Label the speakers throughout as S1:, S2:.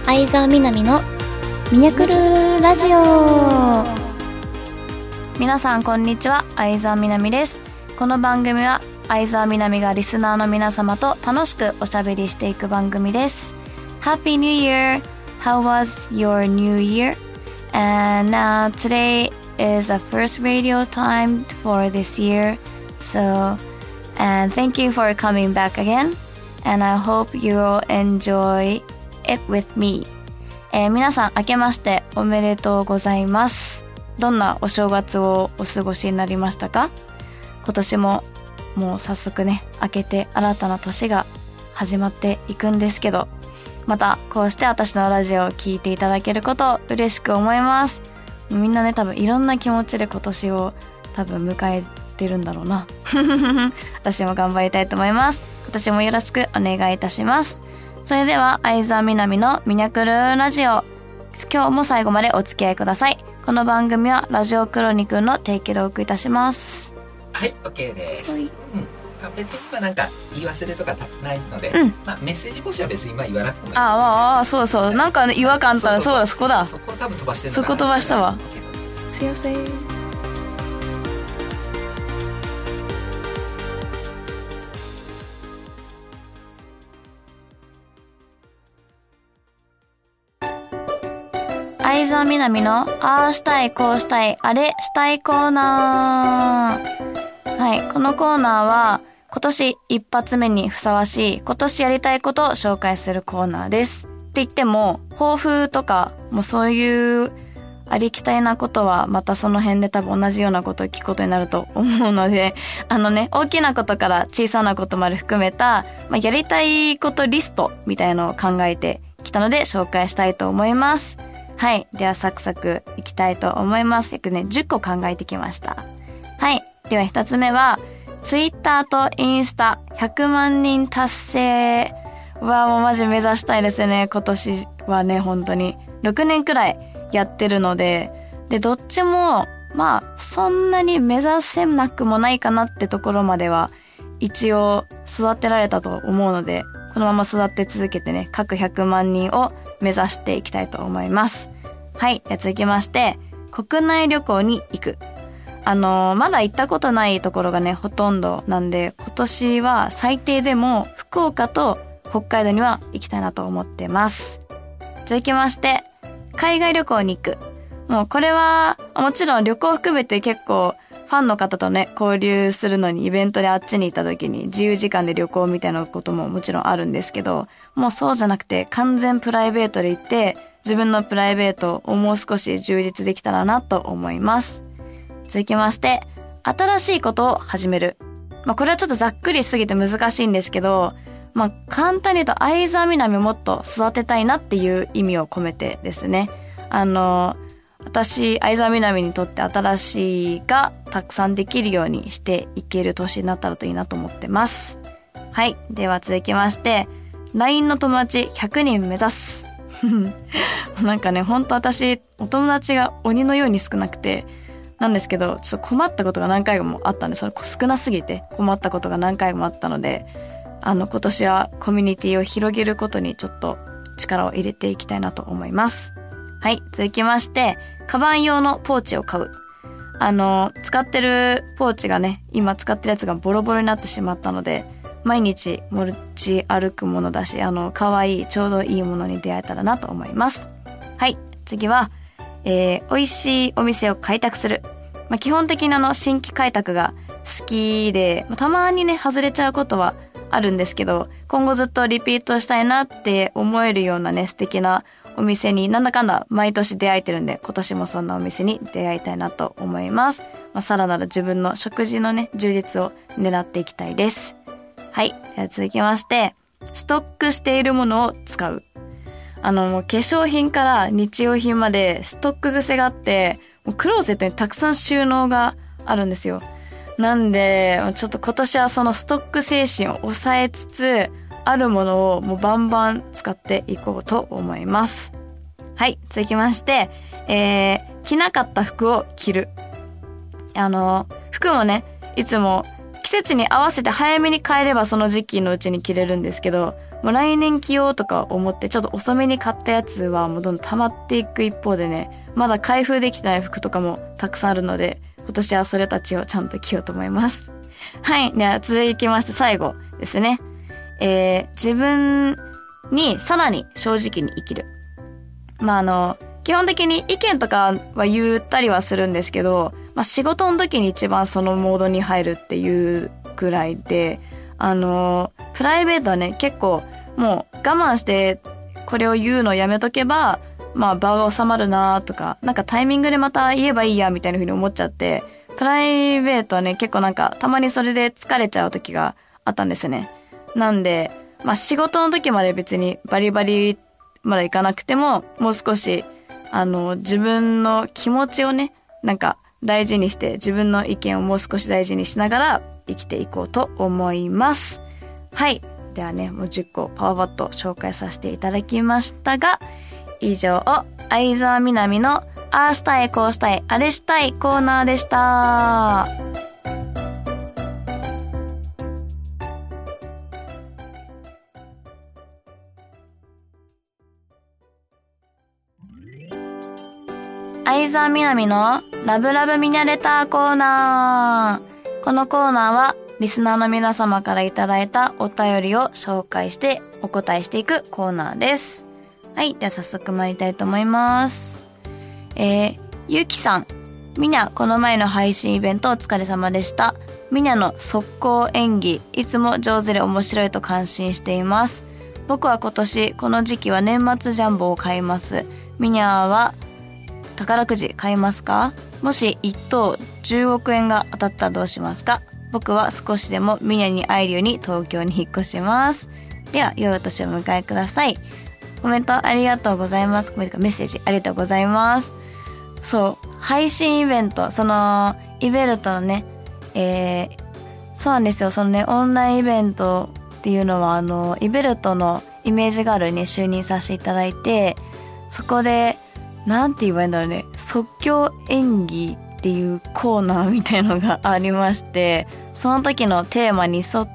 S1: 相沢みなみのミニャクルラジオ。
S2: 皆さんこんにちは、相沢みなみです。この番組は相沢みなみがリスナーの皆様と楽しくおしゃべりしていく番組です。 Happy New Year! How was your New Year? And today is the first radio time for this year, so and thank you for coming back again, and I hope you'll enjoy it with me. 皆さん明けましておめでとうございます。どんなお正月をお過ごしになりましたか？今年ももう早速ね、明けて新たな年が始まっていくんですけど、またこうして私のラジオを聞いていただけることを嬉しく思います。みんなね、多分いろんな気持ちで今年を多分迎えてるんだろうな私も頑張りたいと思います。今年もよろしくお願いいたします。それでは相沢みなみのミニャクルラジオ、今日も最後までお付き合いください。この番組はラジオクロニクルの提供でお送りいたします。
S3: はい、OK です、別に今なんか言い忘れとかないので、メッセージ募集は別に今言わなくてもいい。
S2: そうそう、なんか、ね、違和感あったら、そうだ、そこだ。
S3: そこを多分飛ばしてるの
S2: かな。そこ飛ばしたわ。
S3: すいません。
S2: 相沢みなみのああしたいこうしたいあれしたいコーナー。はい、このコーナーは今年一発目にふさわしい今年やりたいことを紹介するコーナーです。って言っても抱負とかもうそういうありきたりなことはまたその辺で多分同じようなことを聞くことになると思うので、大きなことから小さなことまで含めた、やりたいことリストみたいなのを考えてきたので紹介したいと思います。はい。ではサクサクいきたいと思います。約ね、10個考えてきました。はい。では1つ目は、ツイッターとインスタ100万人達成はもうマジ目指したいですね。今年はね、本当に。6年くらいやってるので、で、どっちも、そんなに目指せなくもないかなってところまでは、一応育てられたと思うので、このまま育て続けてね、各100万人を目指していきたいと思います。はい。続きまして、国内旅行に行く。まだ行ったことないところがね、ほとんどなんで、今年は最低でも福岡と北海道には行きたいなと思ってます。続きまして、海外旅行に行く。もうこれは、もちろん旅行含めて結構、ファンの方とね、交流するのにイベントであっちに行った時に自由時間で旅行みたいなことももちろんあるんですけど、もうそうじゃなくて完全プライベートで行って自分のプライベートをもう少し充実できたらなと思います。続きまして、新しいことを始める。これはちょっとざっくりしすぎて難しいんですけど、簡単に言うと相沢みなみをもっと育てたいなっていう意味を込めてですね。私、相沢みなみにとって新しいがたくさんできるようにしていける年になったらといいなと思ってます。はい。では続きまして、LINE の友達100人目指す。なんかね、ほんと私、お友達が鬼のように少なくて、なんですけど、ちょっと困ったことが何回もあったんで、それ少なすぎて困ったことが何回もあったので、今年はコミュニティを広げることにちょっと力を入れていきたいなと思います。はい。続きまして、カバン用のポーチを買う。使ってるポーチがね、今使ってるやつがボロボロになってしまったので、毎日持ち歩くものだし、可愛い、ちょうどいいものに出会えたらなと思います。はい。次は、美味しいお店を開拓する。基本的な新規開拓が好きで、たまにね、外れちゃうことはあるんですけど、今後ずっとリピートしたいなって思えるようなね、素敵なお店になんだかんだ毎年出会えてるんで、今年もそんなお店に出会いたいなと思います。さらなる自分の食事のね、充実を狙っていきたいです。はい。では続きまして、ストックしているものを使う。もう化粧品から日用品までストック癖があって、もうクローゼットにたくさん収納があるんですよ。なんで、ちょっと今年はそのストック精神を抑えつつ、あるものをもうバンバン使っていこうと思います。はい。続きまして、着なかった服を着る。服もね、いつも着季節に合わせて早めに買えればその時期のうちに着れるんですけど、もう来年着ようとか思ってちょっと遅めに買ったやつはもうどんどん溜まっていく一方でね、まだ開封できてない服とかもたくさんあるので、今年はそれたちをちゃんと着ようと思います。はい。では続きまして最後ですね。自分にさらに正直に生きる。基本的に意見とかは言ったりはするんですけど、仕事の時に一番そのモードに入るっていうくらいで、プライベートはね、結構もう我慢してこれを言うのをやめとけば、場が収まるなとか、なんかタイミングでまた言えばいいやみたいな風に思っちゃって、プライベートはね、結構なんかたまにそれで疲れちゃう時があったんですね。なんで、仕事の時まで別にバリバリまでいかなくても、もう少し、自分の気持ちをね、なんか大事にして、自分の意見をもう少し大事にしながら生きていこうと思います。はい。ではね、もう10個パワーバット紹介させていただきましたが、以上、相沢みなみのああしたい、こうしたい、あれしたいコーナーでした。相沢みなみのラブラブミニャレターコーナー。このコーナーはリスナーの皆様からいただいたお便りを紹介してお答えしていくコーナーです。はい。では早速参りたいと思います。ゆきさん。みにゃ、この前の配信イベントお疲れ様でした。みにゃの速攻演技、いつも上手で面白いと感心しています。僕は今年、この時期は年末ジャンボを買います。みにゃは宝くじ買いますか？もし1等10億円が当たったらどうしますか？僕は少しでもみにゃに会えるように東京に引っ越します。では、良いお年をお迎えください。コメントありがとうございます。メッセージありがとうございます。そう、配信イベント、その、イベルトのね、そうなんですよ。そのね、オンラインイベントっていうのは、イベルトのイメージガールに就任させていただいて、そこで、なんて言えばいいんだろうね、即興演技っていうコーナーみたいのがありまして、その時のテーマに沿った、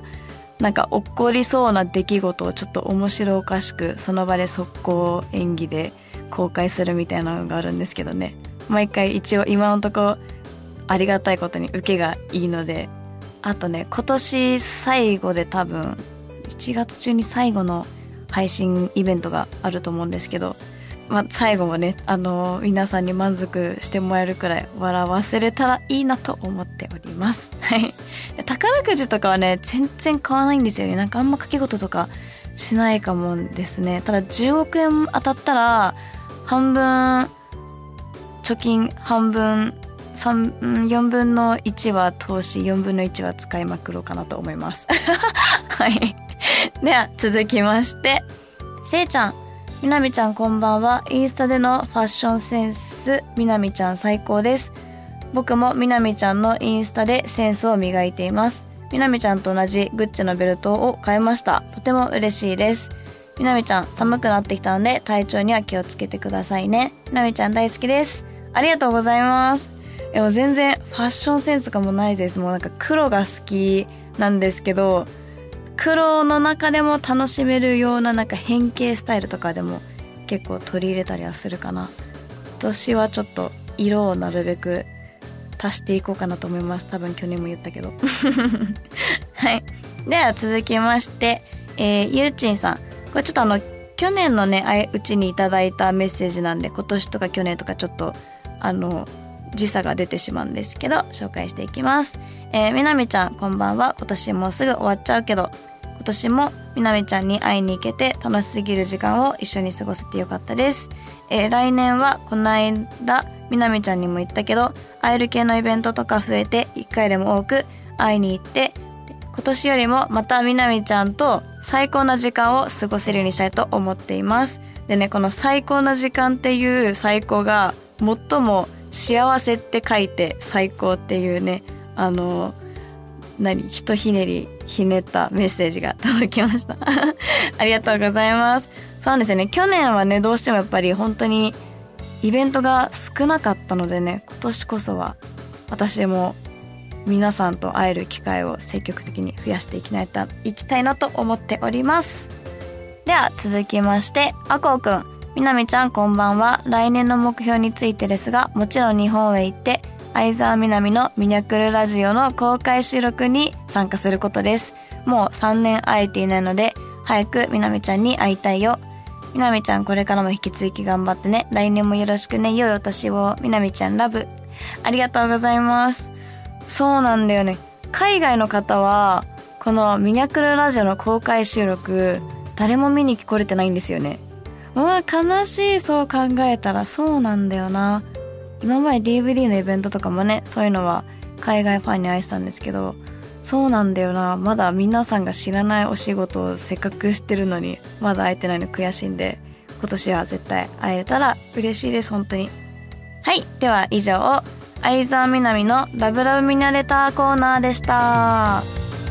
S2: なんか起こりそうな出来事をちょっと面白おかしく、その場で即興演技で公開するみたいなのがあるんですけどね。毎回一応今のところありがたいことに受けがいいので、あとね、今年最後で多分、1月中に最後の配信イベントがあると思うんですけど、最後もね、皆さんに満足してもらえるくらい笑わせれたらいいなと思っております。はい。宝くじとかはね、全然買わないんですよね。なんかあんま掛け事とかしないかもですね。ただ10億円当たったら、半分、貯金、半分、4分の1は投資、4分の1は使いまくろうかなと思います。はい。では、続きまして、せいちゃん。みなみちゃんこんばんは。インスタでのファッションセンス、みなみちゃん最高です。僕もみなみちゃんのインスタでセンスを磨いています。みなみちゃんと同じグッチのベルトを買いました。とても嬉しいです。みなみちゃん、寒くなってきたので体調には気をつけてくださいね。みなみちゃん大好きです。ありがとうございます。でも全然ファッションセンスがもうないです。もうなんか黒が好きなんですけど、黒の中でも楽しめるようななんか変形スタイルとかでも結構取り入れたりはするかな。今年はちょっと色をなるべく足していこうかなと思います。多分去年も言ったけど。はい。では続きまして、ゆうちんさん。これちょっと去年のね、うちにいただいたメッセージなんで、今年とか去年とかちょっと、時差が出てしまうんですけど、紹介していきます。みなみちゃん、こんばんは。今年もうすぐ終わっちゃうけど、今年もみなみちゃんに会いに行けて楽しすぎる時間を一緒に過ごせてよかったです。来年はこの間みなみちゃんにも言ったけど、会える系のイベントとか増えて1回でも多く会いに行って、今年よりもまたみなみちゃんと最高な時間を過ごせるようにしたいと思っています。でね、この最高な時間っていう最高が最も幸せって書いて最高っていうね、ひとひねりひねったメッセージが届きました。ありがとうございます。そうなんですよね。去年はね、どうしてもやっぱり本当にイベントが少なかったのでね、今年こそは私も皆さんと会える機会を積極的に増やしていきたいなと思っております。では続きまして、あこうくん、みなみちゃんこんばんは。来年の目標についてですが、もちろん日本へ行って相沢みなみのミニャクルラジオの公開収録に参加することです。もう3年会えていないので早くみなみちゃんに会いたいよ。みなみちゃんこれからも引き続き頑張ってね。来年もよろしくね。良いお年を。みなみちゃんラブ。ありがとうございます。そうなんだよね。海外の方はこのミニャクルラジオの公開収録誰も見に来れてないんですよね。悲しい。そう考えたらそうなんだよな。今まで DVD のイベントとかもね、そういうのは海外ファンに愛したんですけど、そうなんだよな。まだ皆さんが知らないお仕事をせっかくしてるのにまだ会えてないの悔しいんで、今年は絶対会えたら嬉しいです。本当に。はい、では以上、相沢みなみのラブラブミナレターコーナーでした。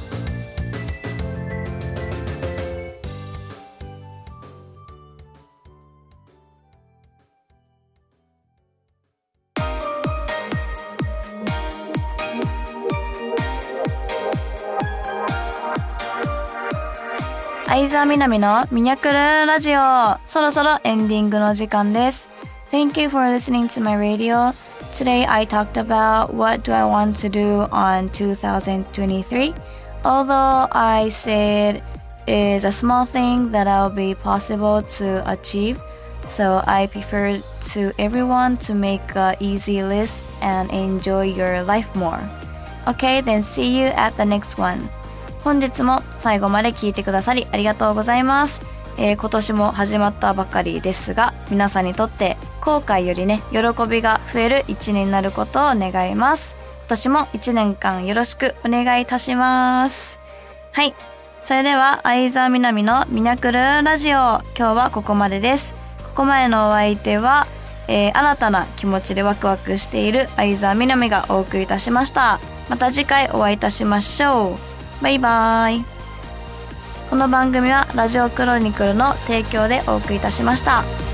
S2: 相沢みなみのミニャクルラジオ、そろそろエンディングの時間です。Thank you for listening to my radio. Today I talked about what do I want to do on 2023. Although I said it is a small thing that I'll be possible to achieve, so I prefer to everyone to make an easy list and enjoy your life more. Okay, then see you at the next one. 本日も最後まで聞いてくださりありがとうございます。今年も始まったばかりですが、皆さんにとって後悔よりね、喜びが増える一年になることを願います。今年も1年間よろしくお願いいたします。はい。それでは、相沢みなみのミニャクルラジオ、今日はここまでです。ここまでのお相手は、新たな気持ちでワクワクしている相沢みなみがお送りいたしました。また次回お会いいたしましょう。バイバイ。この番組はラジオクロニクルの提供でお送りいたしました。